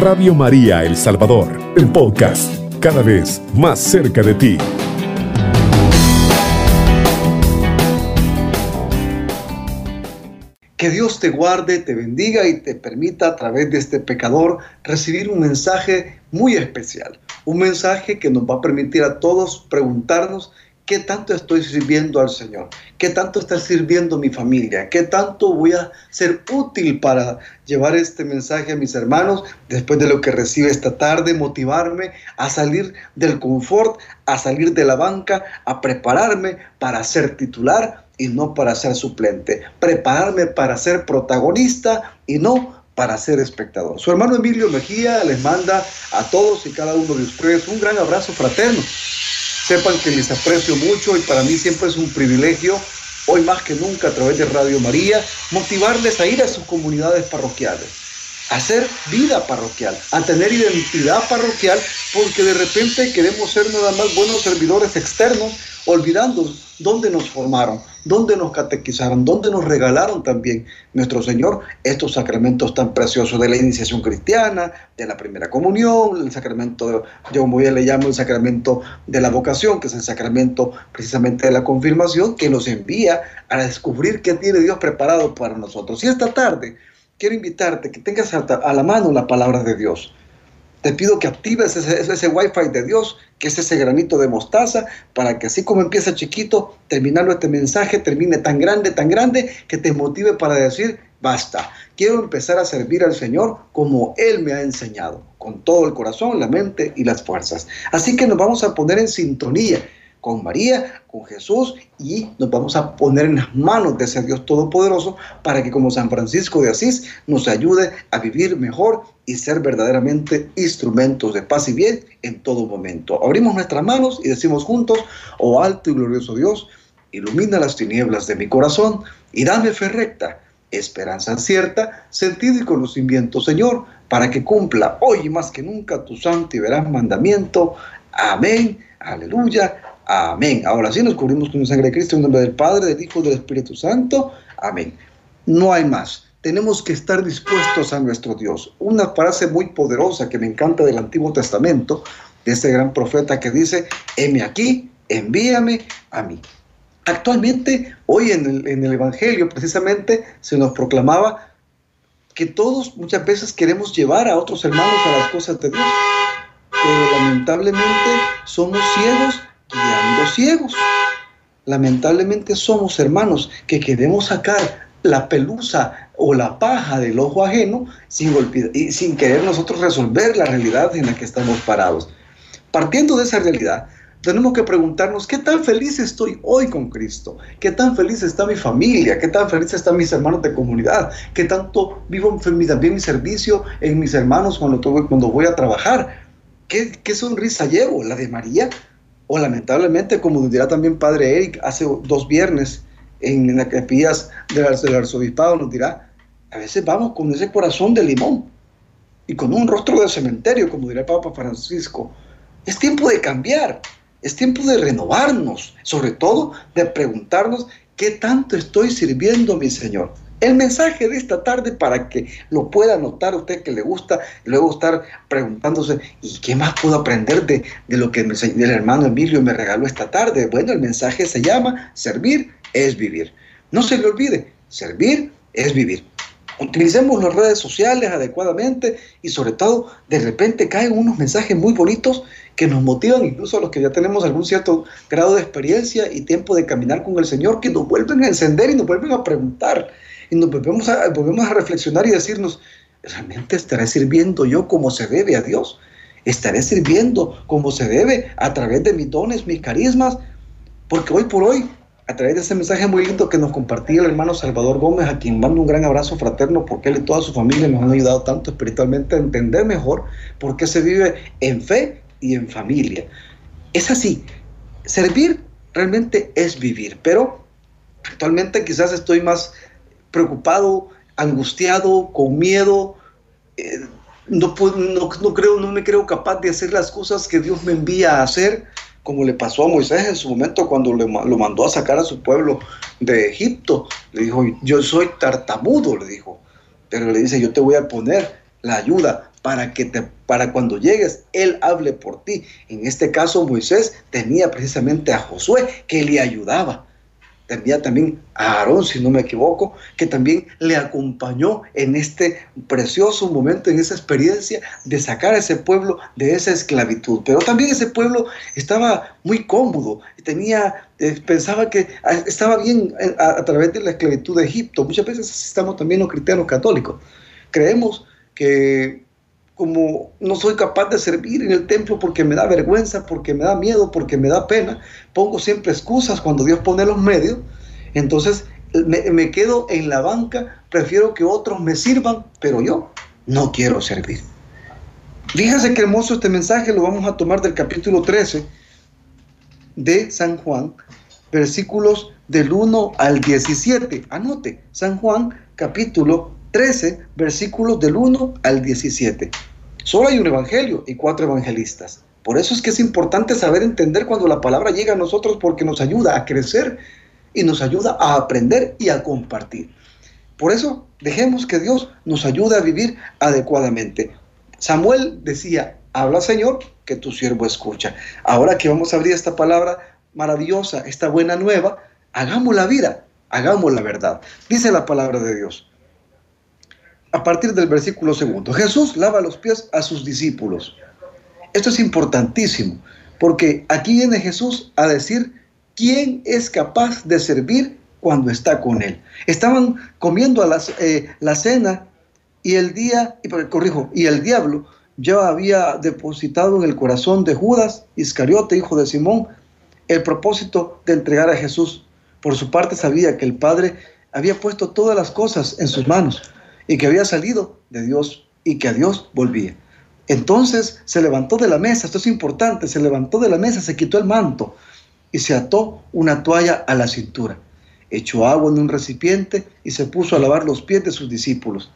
Radio María El Salvador, el podcast, cada vez más cerca de ti. Que Dios te guarde, te bendiga y te permita a través de este pecador recibir un mensaje muy especial. Un mensaje que nos va a permitir a todos preguntarnos qué tanto estoy sirviendo al Señor, qué tanto está sirviendo mi familia, qué tanto voy a ser útil para llevar este mensaje a mis hermanos después de lo que recibe esta tarde, motivarme a salir del confort, a salir de la banca, a prepararme para ser titular y no para ser suplente, prepararme para ser protagonista y no para ser espectador. Su hermano Emilio Mejía les manda a todos y cada uno de ustedes un gran abrazo fraterno. Sepan que les aprecio mucho y para mí siempre es un privilegio, hoy más que nunca a través de Radio María, motivarles a ir a sus comunidades parroquiales, a hacer vida parroquial, a tener identidad parroquial, porque de repente queremos ser nada más buenos servidores externos, olvidando dónde nos formaron, dónde nos catequizaron, dónde nos regalaron también nuestro Señor estos sacramentos tan preciosos de la iniciación cristiana, de la primera comunión, el sacramento, yo le llamo el sacramento de la vocación, que es el sacramento precisamente de la confirmación, que nos envía a descubrir qué tiene Dios preparado para nosotros. Y esta tarde quiero invitarte que tengas a la mano la palabra de Dios. Te pido que actives ese wifi de Dios, que es ese granito de mostaza, para que así como empieza chiquito, terminando este mensaje, termine tan grande, que te motive para decir, basta, quiero empezar a servir al Señor como Él me ha enseñado, con todo el corazón, la mente y las fuerzas. Así que nos vamos a poner en sintonía con María, con Jesús, y nos vamos a poner en las manos de ese Dios Todopoderoso para que como San Francisco de Asís nos ayude a vivir mejor y ser verdaderamente instrumentos de paz y bien en todo momento. Abrimos nuestras manos y decimos juntos, oh alto y glorioso Dios, ilumina las tinieblas de mi corazón y dame fe recta, esperanza cierta, sentido y conocimiento, Señor, para que cumpla hoy más que nunca tu santo y veraz mandamiento. Amén, aleluya. Amén. Ahora sí nos cubrimos con la sangre de Cristo en nombre del Padre, del Hijo y del Espíritu Santo. Amén. No hay más. Tenemos que estar dispuestos a nuestro Dios. Una frase muy poderosa que me encanta del Antiguo Testamento, de ese gran profeta que dice, heme aquí, envíame a mí. Actualmente, hoy en el Evangelio precisamente se nos proclamaba que todos muchas veces queremos llevar a otros hermanos a las cosas de Dios, pero lamentablemente somos ciegos guiando ciegos. Lamentablemente somos hermanos que queremos sacar la pelusa o la paja del ojo ajeno sin querer nosotros resolver la realidad en la que estamos parados. Partiendo de esa realidad, tenemos que preguntarnos qué tan feliz estoy hoy con Cristo, qué tan feliz está mi familia, qué tan feliz están mis hermanos de comunidad, qué tanto vivo también mi servicio en mis hermanos cuando voy a trabajar, qué sonrisa llevo, la de María. O lamentablemente, como nos dirá también Padre Eric hace 2 viernes en las capillas del arzobispado, nos dirá, a veces vamos con ese corazón de limón y con un rostro de cementerio, como dirá el Papa Francisco. Es tiempo de cambiar, es tiempo de renovarnos, sobre todo de preguntarnos qué tanto estoy sirviendo a mi Señor. El mensaje de esta tarde, para que lo pueda notar usted que le gusta, y luego estar preguntándose, ¿y qué más puedo aprender de lo que el hermano Emilio me regaló esta tarde? Bueno, el mensaje se llama, servir es vivir. No se le olvide, servir es vivir. Utilicemos las redes sociales adecuadamente y sobre todo, de repente caen unos mensajes muy bonitos que nos motivan, incluso a los que ya tenemos algún cierto grado de experiencia y tiempo de caminar con el Señor, que nos vuelven a encender y nos vuelven a preguntar. Y nos volvemos a reflexionar y decirnos, ¿realmente estaré sirviendo yo como se debe a Dios? ¿Estaré sirviendo como se debe a través de mis dones, mis carismas? Porque hoy por hoy, a través de ese mensaje muy lindo que nos compartía el hermano Salvador Gómez, a quien mando un gran abrazo fraterno, porque él y toda su familia nos han ayudado tanto espiritualmente a entender mejor por qué se vive en fe y en familia. Es así, servir realmente es vivir, pero actualmente quizás estoy más preocupado, angustiado, con miedo, no me creo capaz de hacer las cosas que Dios me envía a hacer, como le pasó a Moisés en su momento cuando lo mandó a sacar a su pueblo de Egipto. Le dijo, yo soy tartamudo, le dijo, pero le dice, yo te voy a poner la ayuda para cuando llegues, Él hable por ti. En este caso, Moisés tenía precisamente a Josué que le ayudaba. Tenía también a Aarón, si no me equivoco, que también le acompañó en este precioso momento, en esa experiencia de sacar a ese pueblo de esa esclavitud. Pero también ese pueblo estaba muy cómodo, pensaba que estaba bien a través de la esclavitud de Egipto. Muchas veces así estamos también los cristianos católicos. Creemos que como no soy capaz de servir en el templo porque me da vergüenza, porque me da miedo, porque me da pena, pongo siempre excusas cuando Dios pone los medios, entonces me quedo en la banca, prefiero que otros me sirvan, pero yo no quiero servir. Fíjense qué hermoso este mensaje, lo vamos a tomar del capítulo 13 de San Juan, versículos del 1 al 17. Anote, San Juan, capítulo 13, versículos del 1 al 17. Solo hay un evangelio y 4 evangelistas. Por eso es que es importante saber entender cuando la palabra llega a nosotros, porque nos ayuda a crecer y nos ayuda a aprender y a compartir. Por eso dejemos que Dios nos ayude a vivir adecuadamente. Samuel decía: habla, Señor, que tu siervo escucha. Ahora que vamos a abrir esta palabra maravillosa, esta buena nueva, hagamos la vida, hagamos la verdad. Dice la palabra de Dios. A partir del versículo 2, Jesús lava los pies a sus discípulos. Esto es importantísimo, porque aquí viene Jesús a decir quién es capaz de servir cuando está con él. Estaban comiendo la cena y el diablo ya había depositado en el corazón de Judas Iscariote, hijo de Simón, el propósito de entregar a Jesús. Por su parte sabía que el Padre había puesto todas las cosas en sus manos y que había salido de Dios y que a Dios volvía. Entonces se levantó de la mesa, esto es importante, se levantó de la mesa, se quitó el manto y se ató una toalla a la cintura. Echó agua en un recipiente y se puso a lavar los pies de sus discípulos.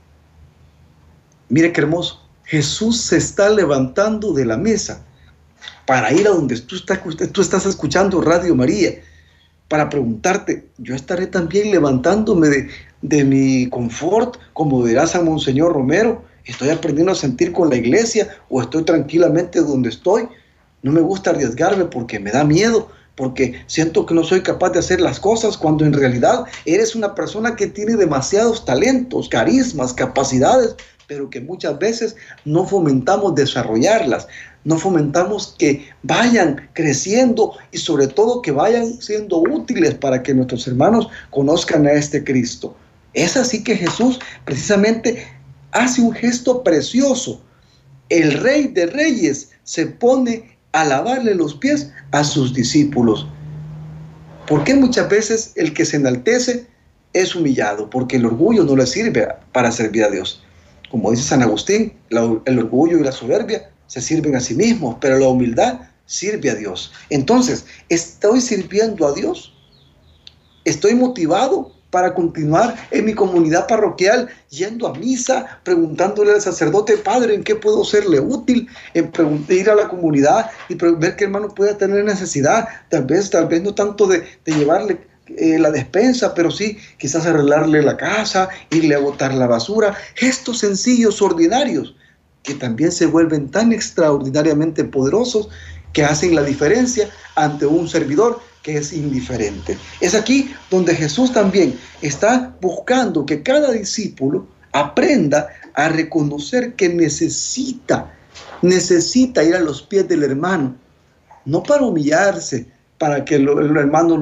Mire qué hermoso, Jesús se está levantando de la mesa para ir a donde tú estás escuchando Radio María, para preguntarte: yo estaré también levantándome de mi confort, como dirá San Monseñor Romero. ¿Estoy aprendiendo a sentir con la iglesia o estoy tranquilamente donde estoy? No me gusta arriesgarme porque me da miedo, porque siento que no soy capaz de hacer las cosas, cuando en realidad eres una persona que tiene demasiados talentos, carismas, capacidades, pero que muchas veces no fomentamos desarrollarlas, no fomentamos que vayan creciendo y sobre todo que vayan siendo útiles para que nuestros hermanos conozcan a este Cristo. Es así que Jesús precisamente hace un gesto precioso. El Rey de Reyes se pone a lavarle los pies a sus discípulos. ¿Por qué muchas veces el que se enaltece es humillado? Porque el orgullo no le sirve para servir a Dios. Como dice San Agustín, el orgullo y la soberbia se sirven a sí mismos, pero la humildad sirve a Dios. Entonces, ¿estoy sirviendo a Dios? ¿Estoy motivado para continuar en mi comunidad parroquial, yendo a misa, preguntándole al sacerdote: Padre, ¿en qué puedo serle útil? Ir a la comunidad y ver qué hermano puede tener necesidad, tal vez no tanto de llevarle la despensa, pero sí quizás arreglarle la casa, irle a botar la basura. Gestos sencillos, ordinarios, que también se vuelven tan extraordinariamente poderosos, que hacen la diferencia ante un servidor que es indiferente. Es aquí donde Jesús también está buscando que cada discípulo aprenda a reconocer que necesita ir a los pies del hermano, no para humillarse, para que el hermano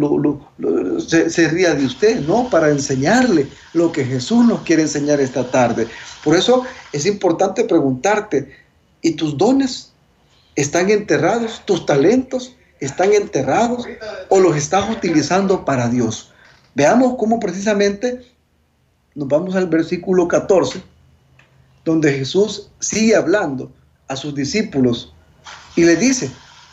se ría de usted, no, para enseñarle lo que Jesús nos quiere enseñar esta tarde. Por eso es importante preguntarte: ¿y tus dones están enterrados? ¿Tus talentos están enterrados o los estás utilizando para Dios? Veamos cómo precisamente nos vamos al versículo 14, donde Jesús sigue hablando a sus discípulos y les dice,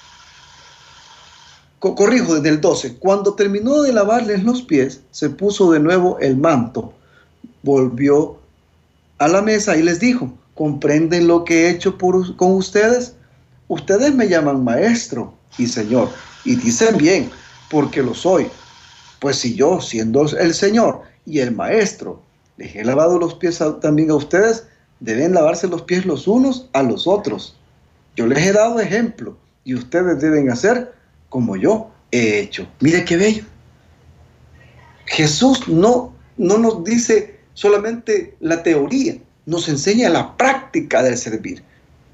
corrijo, desde el 12, cuando terminó de lavarles los pies, se puso de nuevo el manto, volvió a la mesa y les dijo: ¿comprenden lo que he hecho con ustedes? Ustedes me llaman maestro y Señor, y dicen bien, porque lo soy. Pues si yo, siendo el Señor y el maestro, les he lavado los pies también a ustedes, deben lavarse los pies los unos a los otros. Yo les he dado ejemplo y ustedes deben hacer como yo he hecho. Mire qué bello. Jesús no nos dice solamente la teoría, nos enseña la práctica del servir.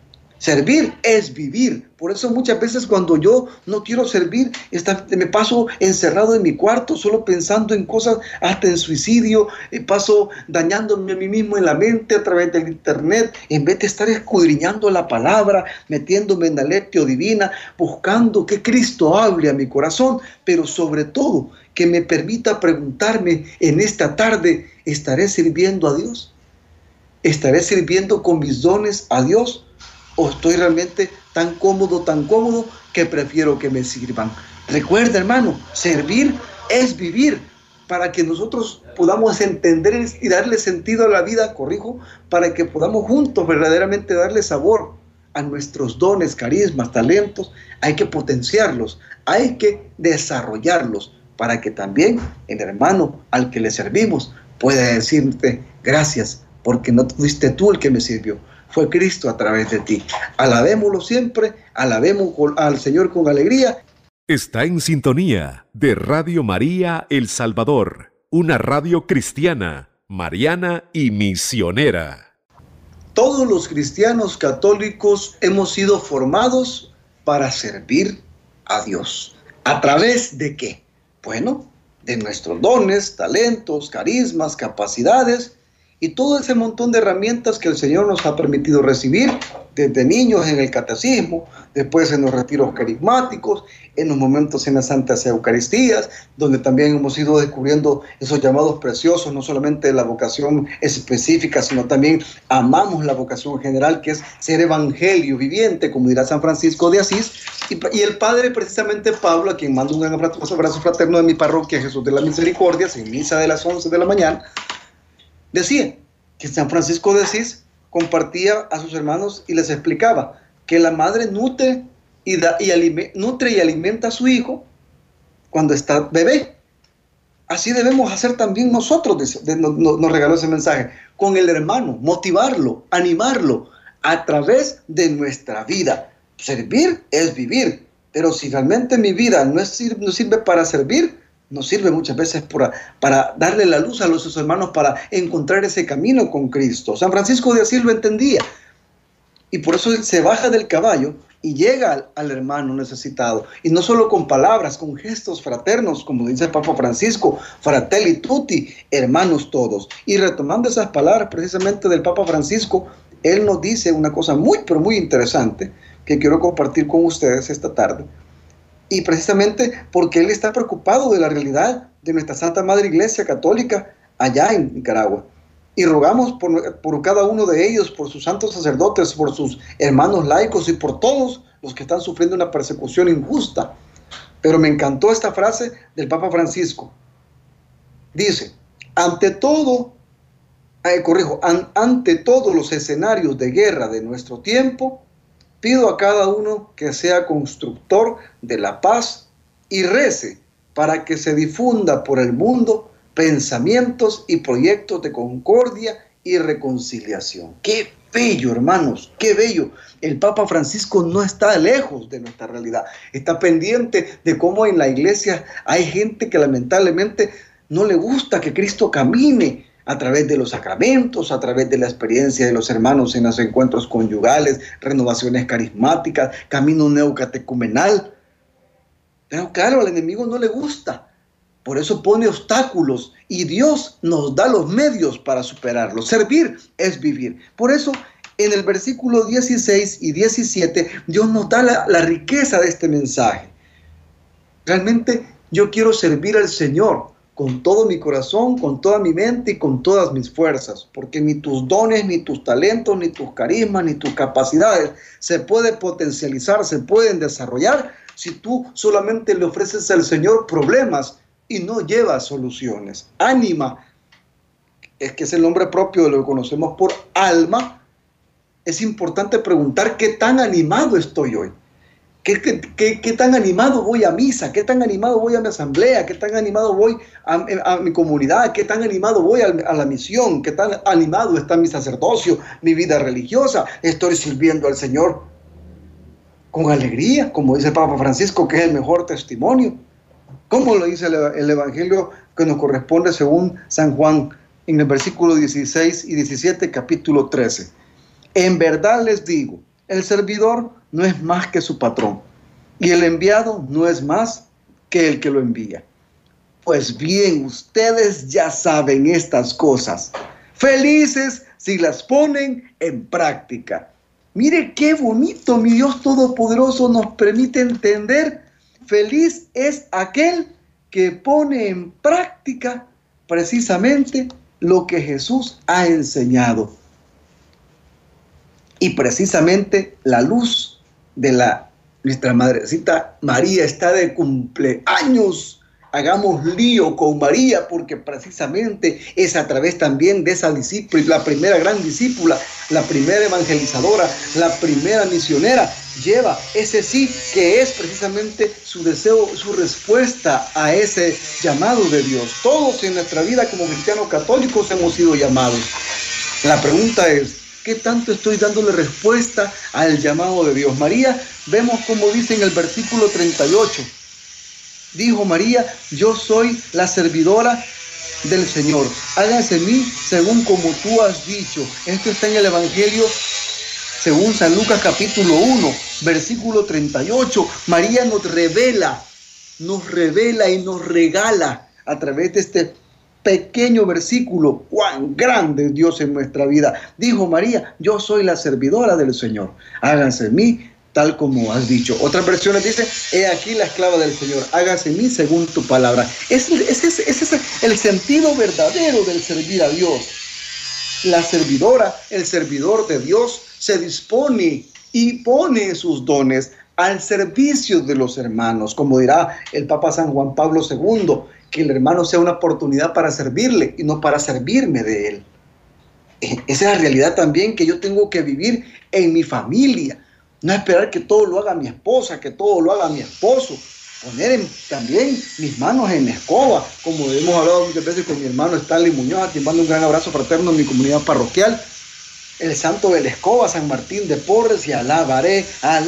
Servir es vivir. Por eso muchas veces cuando yo no quiero servir, me paso encerrado en mi cuarto solo pensando en cosas, hasta en suicidio, paso dañándome a mí mismo en la mente a través del internet, en vez de estar escudriñando la palabra, metiéndome en la lectio divina, buscando que Cristo hable a mi corazón, pero sobre todo que me permita preguntarme en esta tarde, ¿estaré sirviendo a Dios? ¿Estaré sirviendo con mis dones a Dios? ¿O estoy realmente tan cómodo que prefiero que me sirvan? Recuerda, hermano, servir es vivir, para que nosotros podamos entender y darle sentido a la vida, para que podamos juntos verdaderamente darle sabor a nuestros dones, carismas, talentos. Hay que potenciarlos, hay que desarrollarlos, para que también el hermano al que le servimos pueda decirte gracias, porque no fuiste tú el que me sirvió, fue Cristo a través de ti. Alabémoslo siempre, alabemos al Señor con alegría. Está en sintonía de Radio María El Salvador, una radio cristiana, mariana y misionera. Todos los cristianos católicos hemos sido formados para servir a Dios. ¿A través de qué? Bueno, de nuestros dones, talentos, carismas, capacidades, y todo ese montón de herramientas que el Señor nos ha permitido recibir desde niños en el catecismo, después en los retiros carismáticos, en los momentos en las Santas Eucaristías, donde también hemos ido descubriendo esos llamados preciosos, no solamente de la vocación específica, sino también amamos la vocación general, que es ser evangelio viviente, como dirá San Francisco de Asís, y el Padre, precisamente Pablo, a quien mando un abrazo fraterno de mi parroquia, Jesús de la Misericordia, en misa de las 11 de la mañana, decía que San Francisco de Asís compartía a sus hermanos y les explicaba que la madre nutre y alimenta a su hijo cuando está bebé. Así debemos hacer también nosotros, nos regaló ese mensaje, con el hermano, motivarlo, animarlo a través de nuestra vida. Servir es vivir, pero si realmente mi vida no sirve para servir, nos sirve muchas veces para darle la luz a sus hermanos, para encontrar ese camino con Cristo. San Francisco de Asís lo entendía, y por eso él se baja del caballo y llega al hermano necesitado, y no solo con palabras, con gestos fraternos, como dice el Papa Francisco, fratelli tutti, hermanos todos. Y retomando esas palabras precisamente del Papa Francisco, él nos dice una cosa muy, pero muy interesante, que quiero compartir con ustedes esta tarde. Y precisamente porque él está preocupado de la realidad de nuestra Santa Madre Iglesia Católica allá en Nicaragua. Y rogamos por cada uno de ellos, por sus santos sacerdotes, por sus hermanos laicos y por todos los que están sufriendo una persecución injusta. Pero me encantó esta frase del Papa Francisco. Dice, ante todos los escenarios de guerra de nuestro tiempo, pido a cada uno que sea constructor de la paz y rece para que se difunda por el mundo pensamientos y proyectos de concordia y reconciliación. ¡Qué bello, hermanos! ¡Qué bello! El Papa Francisco no está lejos de nuestra realidad. Está pendiente de cómo en la iglesia hay gente que lamentablemente no le gusta que Cristo camine a través de los sacramentos, a través de la experiencia de los hermanos en los encuentros conyugales, renovaciones carismáticas, camino neocatecumenal. Pero claro, al enemigo no le gusta. Por eso pone obstáculos y Dios nos da los medios para superarlos. Servir es vivir. Por eso en el versículo 16 y 17 Dios nos da la riqueza de este mensaje. Realmente yo quiero servir al Señor con todo mi corazón, con toda mi mente y con todas mis fuerzas, porque ni tus dones, ni tus talentos, ni tus carismas, ni tus capacidades se pueden potencializar, se pueden desarrollar si tú solamente le ofreces al Señor problemas y no llevas soluciones. Ánima, es que es el nombre propio de lo que conocemos por alma. Es importante preguntar qué tan animado estoy hoy, ¿Qué tan animado voy a misa? ¿Qué tan animado voy a mi asamblea? ¿Qué tan animado voy a mi comunidad? ¿Qué tan animado voy a la misión? ¿Qué tan animado está mi sacerdocio, mi vida religiosa? ¿Estoy sirviendo al Señor con alegría, como dice el Papa Francisco, que es el mejor testimonio? ¿Cómo lo dice el Evangelio que nos corresponde según San Juan en el versículo 16 y 17, capítulo 13? En verdad les digo, el servidor no es más que su patrón, y el enviado no es más que el que lo envía. Pues bien, ustedes ya saben estas cosas. Felices si las ponen en práctica. Mire qué bonito, mi Dios Todopoderoso nos permite entender. Feliz es aquel que pone en práctica precisamente lo que Jesús ha enseñado. Y precisamente la luz de nuestra Madrecita María está de cumpleaños. Hagamos lío con María, porque precisamente es a través también de esa discípula, la primera gran discípula, la primera evangelizadora, la primera misionera, lleva ese sí que es precisamente su deseo, su respuesta a ese llamado de Dios. Todos en nuestra vida como cristianos católicos hemos sido llamados. La pregunta es, ¿qué tanto estoy dándole respuesta al llamado de Dios? María, vemos como dice en el versículo 38. Dijo María, yo soy la servidora del Señor. Hágase en mí según como tú has dicho. Esto está en el Evangelio según San Lucas capítulo 1, versículo 38. María nos revela y nos regala a través de este pequeño versículo cuán grande es Dios en nuestra vida. Dijo María, yo soy la servidora del Señor. Háganse en mí tal como has dicho. Otras versiones dicen, he aquí la esclava del Señor, hágase en mí según tu palabra. Ese es el sentido verdadero del servir a Dios. La servidora, el servidor de Dios, se dispone y pone sus dones al servicio de los hermanos, como dirá el Papa San Juan Pablo II, que el hermano sea una oportunidad para servirle y no para servirme de él. Esa es la realidad también que yo tengo que vivir en mi familia. No esperar que todo lo haga mi esposa, que todo lo haga mi esposo. Poner también mis manos en la escoba, como hemos hablado muchas veces con mi hermano Stanley Muñoz, a quien mando un gran abrazo fraterno en mi comunidad parroquial. El santo de la escoba, San Martín de Porres, y alabaré,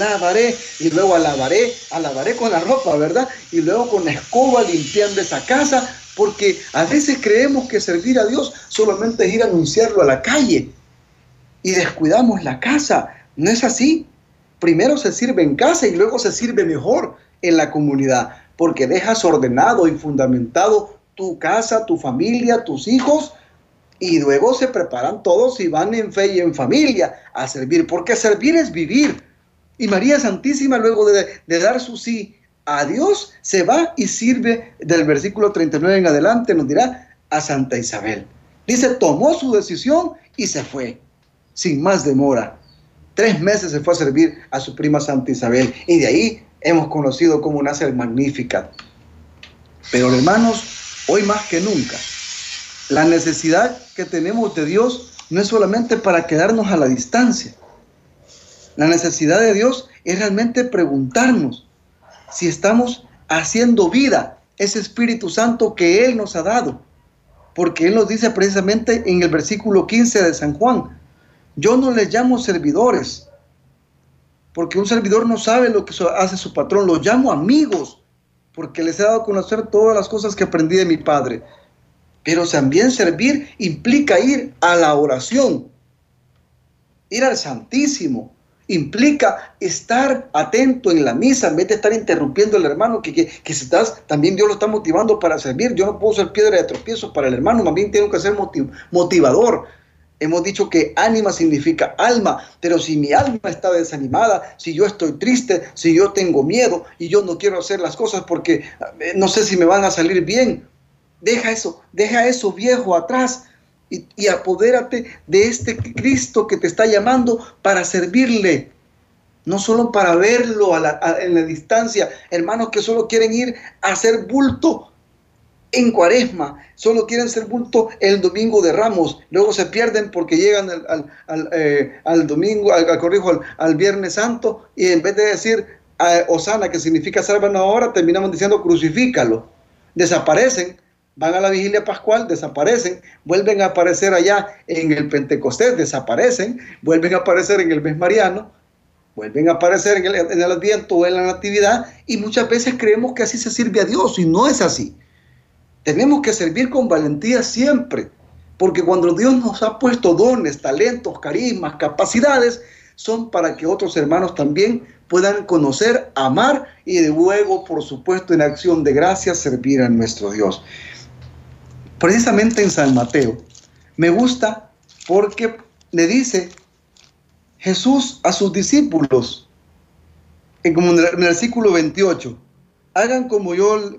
y luego alabaré con la ropa, ¿verdad? Y luego con la escoba limpiando esa casa, porque a veces creemos que servir a Dios solamente es ir a anunciarlo a la calle y descuidamos la casa. No es así. Primero se sirve en casa y luego se sirve mejor en la comunidad, porque dejas ordenado y fundamentado tu casa, tu familia, tus hijos, y luego se preparan todos y van en fe y en familia a servir, porque servir es vivir. Y María Santísima, luego de dar su sí a Dios, se va y sirve, del versículo 39 en adelante, nos dirá, a Santa Isabel. Dice, tomó su decisión y se fue, sin más demora. 3 meses se fue a servir a su prima Santa Isabel, y de ahí hemos conocido cómo nace el Magnificat. Pero hermanos, hoy más que nunca, la necesidad que tenemos de Dios no es solamente para quedarnos a la distancia. La necesidad de Dios es realmente preguntarnos si estamos haciendo vida ese Espíritu Santo que Él nos ha dado. Porque Él nos dice precisamente en el versículo 15 de San Juan, yo no les llamo servidores, porque un servidor no sabe lo que hace su patrón. Los llamo amigos, porque les he dado a conocer todas las cosas que aprendí de mi Padre. Pero también servir implica ir a la oración, ir al Santísimo. Implica estar atento en la misa, en vez de estar interrumpiendo al hermano que también Dios lo está motivando para servir. Yo no puedo ser piedra de tropiezo para el hermano, más bien tengo que ser motivador. Hemos dicho que ánima significa alma, pero si mi alma está desanimada, si yo estoy triste, si yo tengo miedo y yo no quiero hacer las cosas porque no sé si me van a salir bien, deja eso viejo atrás y apodérate de este Cristo que te está llamando para servirle, no solo para verlo en la distancia. Hermanos que solo quieren ir a hacer bulto en Cuaresma, solo quieren ser bulto el domingo de Ramos, luego se pierden porque llegan al domingo, al Viernes Santo, y en vez de decir Osana, que significa sálvanos ahora, terminamos diciendo crucifícalo. Desaparecen, van a la vigilia pascual, desaparecen, vuelven a aparecer allá en el Pentecostés, desaparecen, vuelven a aparecer en el mes mariano, vuelven a aparecer en el Adviento o en la Natividad, y muchas veces creemos que así se sirve a Dios, y no es así. Tenemos que servir con valentía siempre, porque cuando Dios nos ha puesto dones, talentos, carismas, capacidades, son para que otros hermanos también puedan conocer, amar y luego, por supuesto, en acción de gracias, servir a nuestro Dios. Precisamente en San Mateo, me gusta porque le dice Jesús a sus discípulos, en el versículo 28, hagan como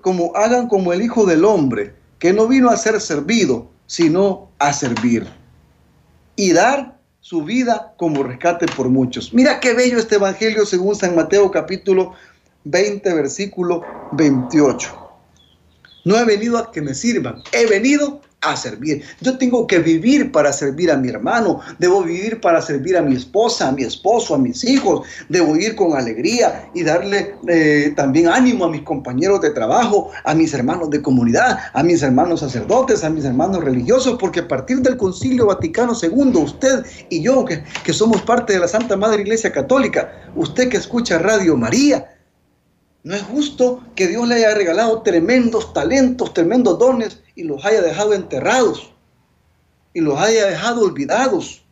el Hijo del Hombre, que no vino a ser servido, sino a servir y dar su vida como rescate por muchos. Mira qué bello este evangelio según San Mateo capítulo 20, versículo 28. No he venido a que me sirvan, he venido a servir. Yo tengo que vivir para servir a mi hermano, debo vivir para servir a mi esposa, a mi esposo, a mis hijos, debo ir con alegría y darle también ánimo a mis compañeros de trabajo, a mis hermanos de comunidad, a mis hermanos sacerdotes, a mis hermanos religiosos, porque a partir del Concilio Vaticano II, usted y yo, que somos parte de la Santa Madre Iglesia Católica, usted que escucha Radio María, no es justo que Dios le haya regalado tremendos talentos, tremendos dones y los haya dejado enterrados y los haya dejado olvidados.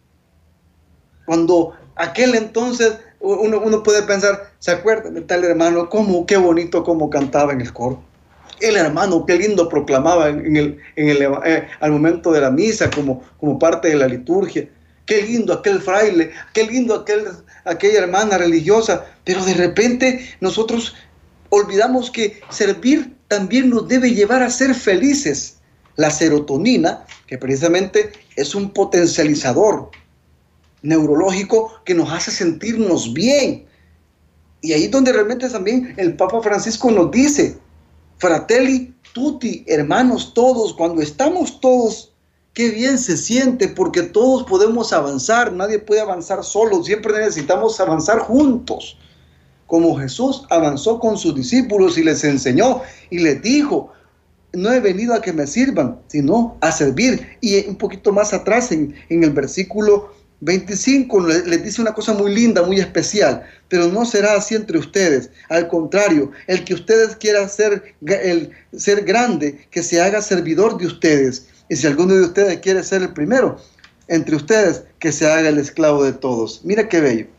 Cuando aquel entonces uno puede pensar, ¿se acuerdan de tal hermano? Qué bonito cómo cantaba en el coro. El hermano, qué lindo proclamaba al momento de la misa como parte de la liturgia. Qué lindo aquel fraile, qué lindo aquella hermana religiosa. Pero de repente nosotros olvidamos que servir también nos debe llevar a ser felices. La serotonina, que precisamente es un potencializador neurológico que nos hace sentirnos bien. Y ahí es donde realmente también el Papa Francisco nos dice, fratelli tutti, hermanos todos, cuando estamos todos, qué bien se siente, porque todos podemos avanzar, nadie puede avanzar solo, siempre necesitamos avanzar juntos. Como Jesús avanzó con sus discípulos y les enseñó y les dijo, no he venido a que me sirvan, sino a servir. Y un poquito más atrás, en el versículo 25, les dice una cosa muy linda, muy especial, pero no será así entre ustedes. Al contrario, el que ustedes quieran ser grande, que se haga servidor de ustedes. Y si alguno de ustedes quiere ser el primero entre ustedes, que se haga el esclavo de todos. Mira qué bello.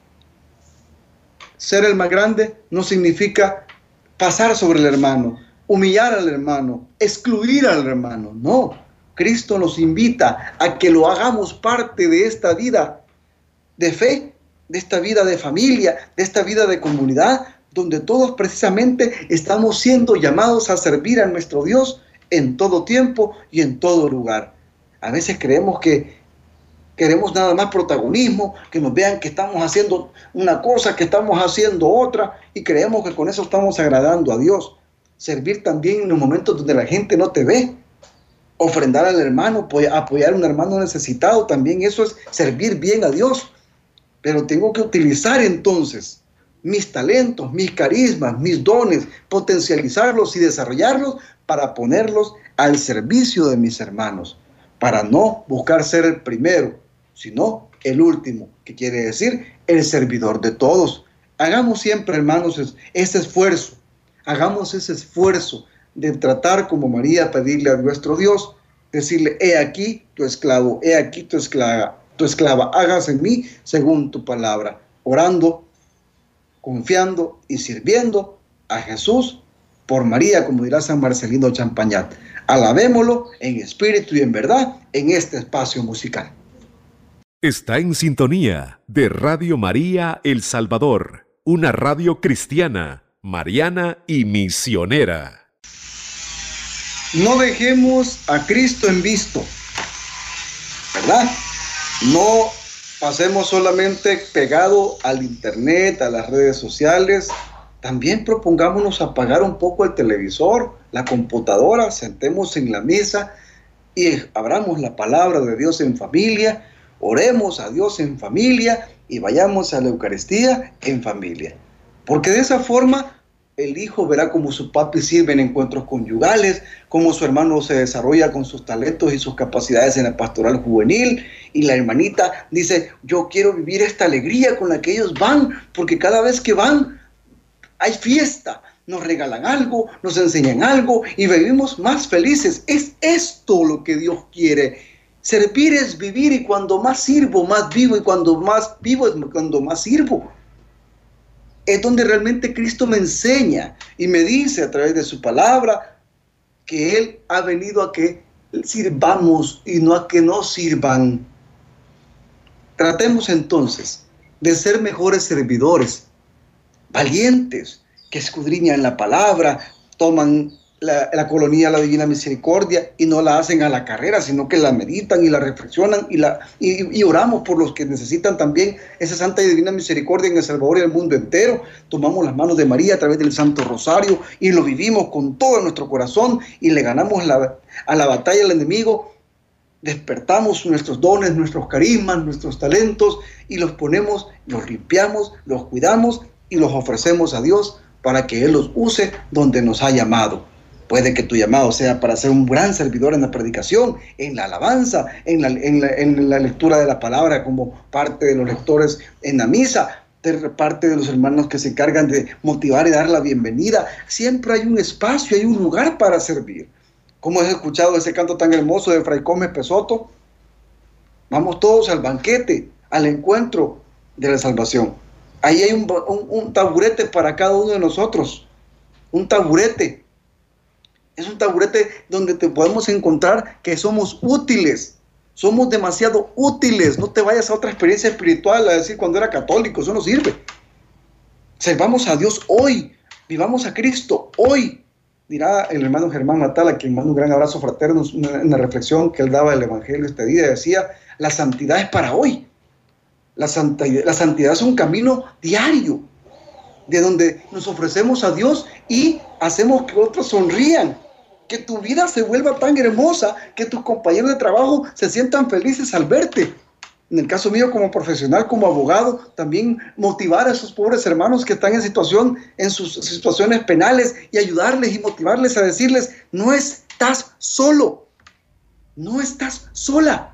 Ser el más grande no significa pasar sobre el hermano, humillar al hermano, excluir al hermano. No, Cristo nos invita a que lo hagamos parte de esta vida de fe, de esta vida de familia, de esta vida de comunidad, donde todos precisamente estamos siendo llamados a servir a nuestro Dios en todo tiempo y en todo lugar. A veces creemos que queremos nada más protagonismo, que nos vean que estamos haciendo una cosa, que estamos haciendo otra, y creemos que con eso estamos agradando a Dios. Servir también en los momentos donde la gente no te ve. Ofrendar al hermano, apoyar a un hermano necesitado, también eso es servir bien a Dios. Pero tengo que utilizar entonces mis talentos, mis carismas, mis dones, potencializarlos y desarrollarlos para ponerlos al servicio de mis hermanos, para no buscar ser el primero, sino el último, que quiere decir el servidor de todos. Hagamos siempre, hermanos, ese esfuerzo. Hagamos ese esfuerzo de tratar como María, pedirle a nuestro Dios, decirle, he aquí tu esclavo, he aquí tu esclava, hágase en mí según tu palabra, orando, confiando y sirviendo a Jesús por María, como dirá San Marcelino Champagnat. Alabémoslo en espíritu y en verdad en este espacio musical. Está en sintonía de Radio María El Salvador, una radio cristiana, mariana y misionera. No dejemos a Cristo en visto, ¿verdad? No pasemos solamente pegado al internet, a las redes sociales. También propongámonos apagar un poco el televisor, la computadora, sentemos en la mesa y abramos la palabra de Dios en familia, oremos a Dios en familia y vayamos a la Eucaristía en familia. Porque de esa forma el hijo verá cómo su papi sirve en encuentros conyugales, cómo su hermano se desarrolla con sus talentos y sus capacidades en la pastoral juvenil, y la hermanita dice, yo quiero vivir esta alegría con la que ellos van, porque cada vez que van hay fiesta, nos regalan algo, nos enseñan algo y vivimos más felices. Es esto lo que Dios quiere. Servir es vivir, y cuando más sirvo, más vivo, y cuando más vivo es cuando más sirvo. Es donde realmente Cristo me enseña y me dice a través de su palabra que Él ha venido a que sirvamos y no a que no sirvan. Tratemos entonces de ser mejores servidores, valientes, que escudriñan la palabra, toman la colonia, la divina misericordia, y no la hacen a la carrera, sino que la meditan y la reflexionan y oramos por los que necesitan también esa santa y divina misericordia en El Salvador y el mundo entero. Tomamos las manos de María a través del Santo Rosario y lo vivimos con todo nuestro corazón y le ganamos a la batalla al enemigo. Despertamos nuestros dones, nuestros carismas, nuestros talentos y los ponemos, los limpiamos, los cuidamos y los ofrecemos a Dios para que Él los use donde nos ha llamado. Puede que tu llamado sea para ser un gran servidor en la predicación, en la alabanza, en la lectura de la palabra, como parte de los lectores en la misa, de parte de los hermanos que se encargan de motivar y dar la bienvenida. Siempre hay un espacio, hay un lugar para servir. ¿Cómo has escuchado ese canto tan hermoso de Fray Gómez Pesoto? Vamos todos al banquete, al encuentro de la salvación. Ahí hay un taburete para cada uno de nosotros. Un taburete. Es un taburete donde te podemos encontrar que somos útiles. Somos demasiado útiles. No te vayas a otra experiencia espiritual a decir cuando era católico. Eso no sirve. Servamos a Dios hoy. Vivamos a Cristo hoy. Dirá el hermano Germán Matala, a quien mando un gran abrazo fraterno, en la reflexión que él daba del Evangelio este día. Decía, la santidad es para hoy. La santidad es un camino diario, de donde nos ofrecemos a Dios y hacemos que otros sonrían, que tu vida se vuelva tan hermosa, que tus compañeros de trabajo se sientan felices al verte. En el caso mío como profesional, como abogado, también motivar a esos pobres hermanos que están en sus situaciones penales y ayudarles y motivarles a decirles, no estás solo, no estás sola.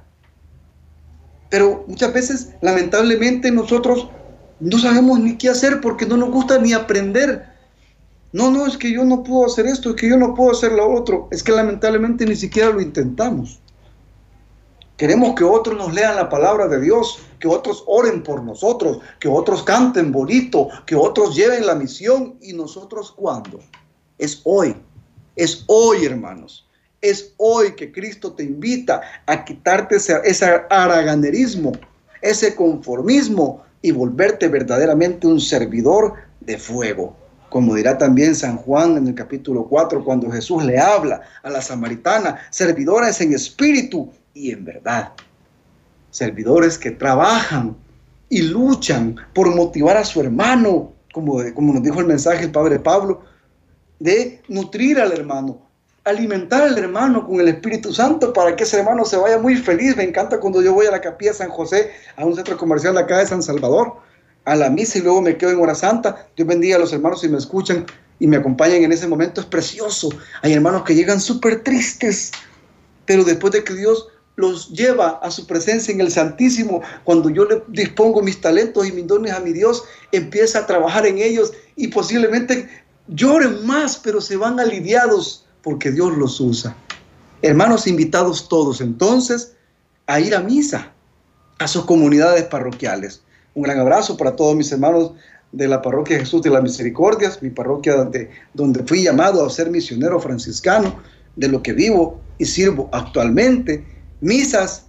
Pero muchas veces, lamentablemente, nosotros no sabemos ni qué hacer porque no nos gusta ni aprender. No, es que yo no puedo hacer esto, es que yo no puedo hacer lo otro. Es que lamentablemente ni siquiera lo intentamos. Queremos que otros nos lean la palabra de Dios, que otros oren por nosotros, que otros canten bonito, que otros lleven la misión. ¿Y nosotros cuándo? Es hoy, hermanos. Es hoy que Cristo te invita a quitarte ese haraganerismo, ese conformismo y volverte verdaderamente un servidor de fuego. Como dirá también San Juan en el capítulo 4, cuando Jesús le habla a la samaritana, servidores en espíritu y en verdad. Servidores que trabajan y luchan por motivar a su hermano, como nos dijo el mensaje el Padre Pablo, de nutrir al hermano, alimentar al hermano con el Espíritu Santo para que ese hermano se vaya muy feliz. Me encanta cuando yo voy a la Capilla San José, a un centro comercial de acá de San Salvador, a la misa y luego me quedo en hora santa. Dios bendiga a los hermanos si me escuchan y me acompañan en ese momento. Es precioso. Hay hermanos que llegan súper tristes, pero después de que Dios los lleva a su presencia en el Santísimo, cuando yo le dispongo mis talentos y mis dones a mi Dios, empieza a trabajar en ellos y posiblemente lloren más, pero se van aliviados porque Dios los usa. Hermanos invitados todos entonces a ir a misa, a sus comunidades parroquiales. Un gran abrazo para todos mis hermanos de la parroquia Jesús de las Misericordias, mi parroquia donde fui llamado a ser misionero franciscano, de lo que vivo y sirvo actualmente. Misas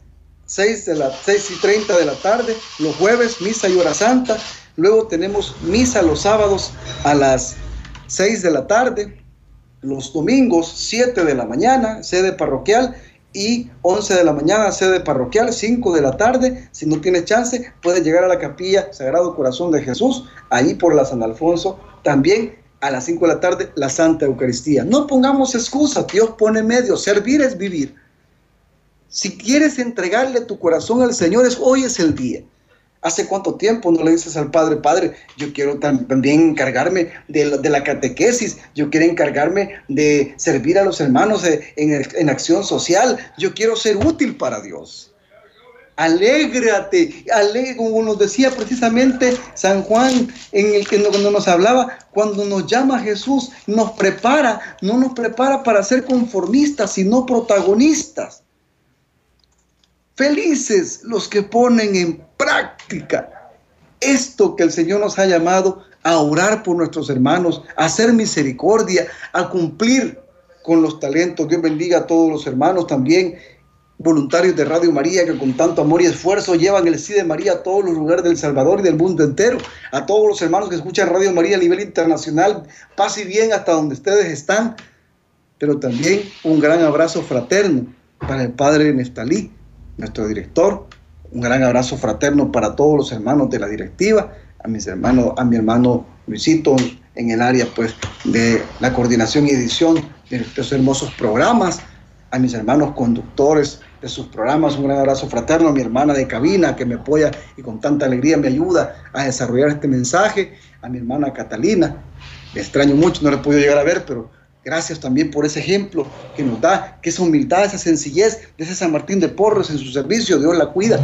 6:30 de la tarde, los jueves misa y hora santa. Luego tenemos misa los sábados a las 6 de la tarde. Los domingos 7 de la mañana, sede parroquial, y 11 de la mañana, sede parroquial. 5 de la tarde, si no tienes chance, puedes llegar a la capilla Sagrado Corazón de Jesús, ahí por la San Alfonso. También a las 5 de la tarde, la Santa Eucaristía. No pongamos excusas, Dios pone medios. Servir es vivir. Si quieres entregarle tu corazón al Señor, hoy es el día. ¿Hace cuánto tiempo no le dices al Padre, Padre, yo quiero también encargarme de la catequesis, yo quiero encargarme de servir a los hermanos en acción social, yo quiero ser útil para Dios? Alégrate, como nos decía precisamente San Juan, cuando nos hablaba, cuando nos llama Jesús, nos prepara, no nos prepara para ser conformistas, sino protagonistas. Felices los que ponen en práctica esto que el Señor nos ha llamado a orar por nuestros hermanos, a hacer misericordia, a cumplir con los talentos. Dios bendiga a todos los hermanos también, voluntarios de Radio María, que con tanto amor y esfuerzo llevan el sí de María a todos los lugares del Salvador y del mundo entero. A todos los hermanos que escuchan Radio María a nivel internacional, paz y bien hasta donde ustedes están. Pero también un gran abrazo fraterno para el Padre Neftalí, nuestro director. Un gran abrazo fraterno para todos los hermanos de la directiva, a mi hermano Luisito en el área pues de la coordinación y edición de estos hermosos programas, a mis hermanos conductores de sus programas. Un gran abrazo fraterno a mi hermana de cabina que me apoya y con tanta alegría me ayuda a desarrollar este mensaje, a mi hermana Catalina. Le extraño mucho, no le he podido llegar a ver, pero gracias también por ese ejemplo que nos da, que esa humildad, esa sencillez de ese San Martín de Porres en su servicio. Dios la cuida.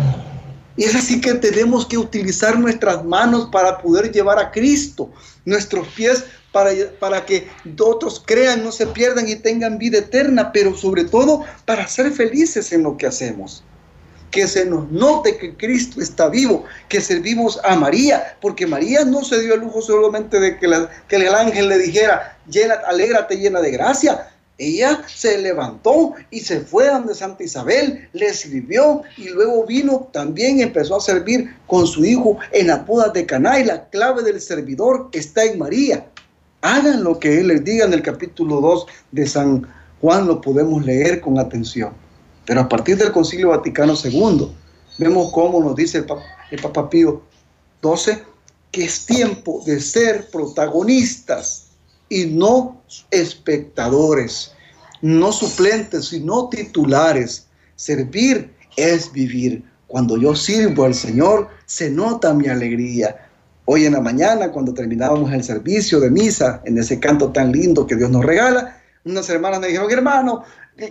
Y es así que tenemos que utilizar nuestras manos para poder llevar a Cristo, nuestros pies para que otros crean, no se pierdan y tengan vida eterna, pero sobre todo para ser felices en lo que hacemos. Que se nos note que Cristo está vivo, que servimos a María, porque María no se dio el lujo solamente de que el ángel le dijera, alégrate llena de gracia. Ella se levantó y se fue donde Santa Isabel, le sirvió y luego vino, también empezó a servir con su hijo en las bodas de Caná, y la clave del servidor está en María. Hagan lo que Él les diga. En el capítulo 2 de San Juan lo podemos leer con atención. Pero a partir del Concilio Vaticano II, vemos cómo nos dice el Papa Pío XII, que es tiempo de ser protagonistas y no espectadores, no suplentes, sino titulares. Servir es vivir. Cuando yo sirvo al Señor, se nota mi alegría. Hoy en la mañana, cuando terminábamos el servicio de misa, en ese canto tan lindo que Dios nos regala, unas hermanas me dijeron, hermano,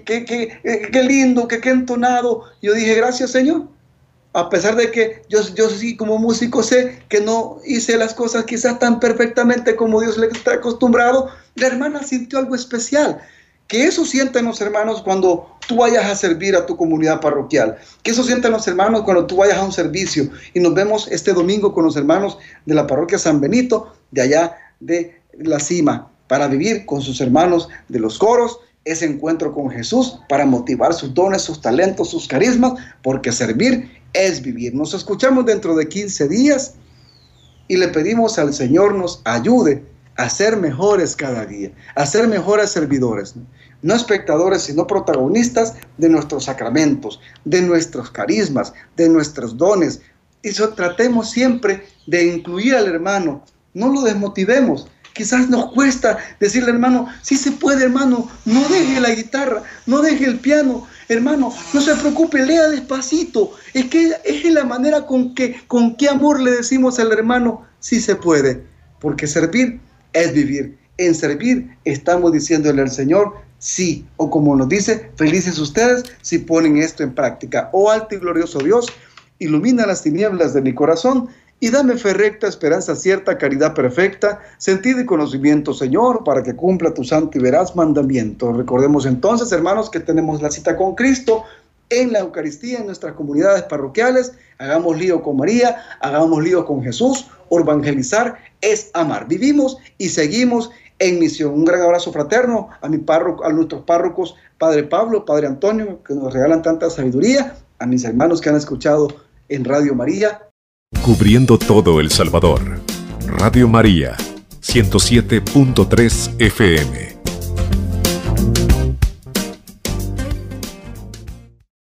qué lindo, qué entonado. Yo dije, gracias, Señor. A pesar de que yo sí como músico sé que no hice las cosas quizás tan perfectamente como Dios le está acostumbrado, la hermana sintió algo especial. Que eso sientan los hermanos cuando tú vayas a servir a tu comunidad parroquial. Que eso sientan los hermanos cuando tú vayas a un servicio. Y nos vemos este domingo con los hermanos de la parroquia San Benito, de allá de la cima, para vivir con sus hermanos de los coros ese encuentro con Jesús, para motivar sus dones, sus talentos, sus carismas, porque servir es vivir. Nos escuchamos dentro de 15 días y le pedimos al Señor nos ayude a ser mejores cada día, a ser mejores servidores, no espectadores, sino protagonistas de nuestros sacramentos, de nuestros carismas, de nuestros dones. Y tratemos siempre de incluir al hermano, no lo desmotivemos. Quizás nos cuesta decirle, hermano, sí se puede, hermano, no deje la guitarra, no deje el piano, hermano, no se preocupe, lea despacito. Es que es la manera con qué amor le decimos al hermano, sí se puede, porque servir es vivir. En servir estamos diciéndole al Señor, sí, o como nos dice, felices ustedes si ponen esto en práctica. Oh alto y glorioso Dios, ilumina las tinieblas de mi corazón y dame fe recta, esperanza cierta, caridad perfecta, sentido y conocimiento, Señor, para que cumpla tu santo y veraz mandamiento. Recordemos entonces, hermanos, que tenemos la cita con Cristo en la Eucaristía, en nuestras comunidades parroquiales. Hagamos lío con María, hagamos lío con Jesús. Evangelizar es amar. Vivimos y seguimos en misión. Un gran abrazo fraterno a nuestros párrocos, Padre Pablo, Padre Antonio, que nos regalan tanta sabiduría, a mis hermanos que han escuchado en Radio María. Cubriendo todo El Salvador. Radio María, 107.3 FM.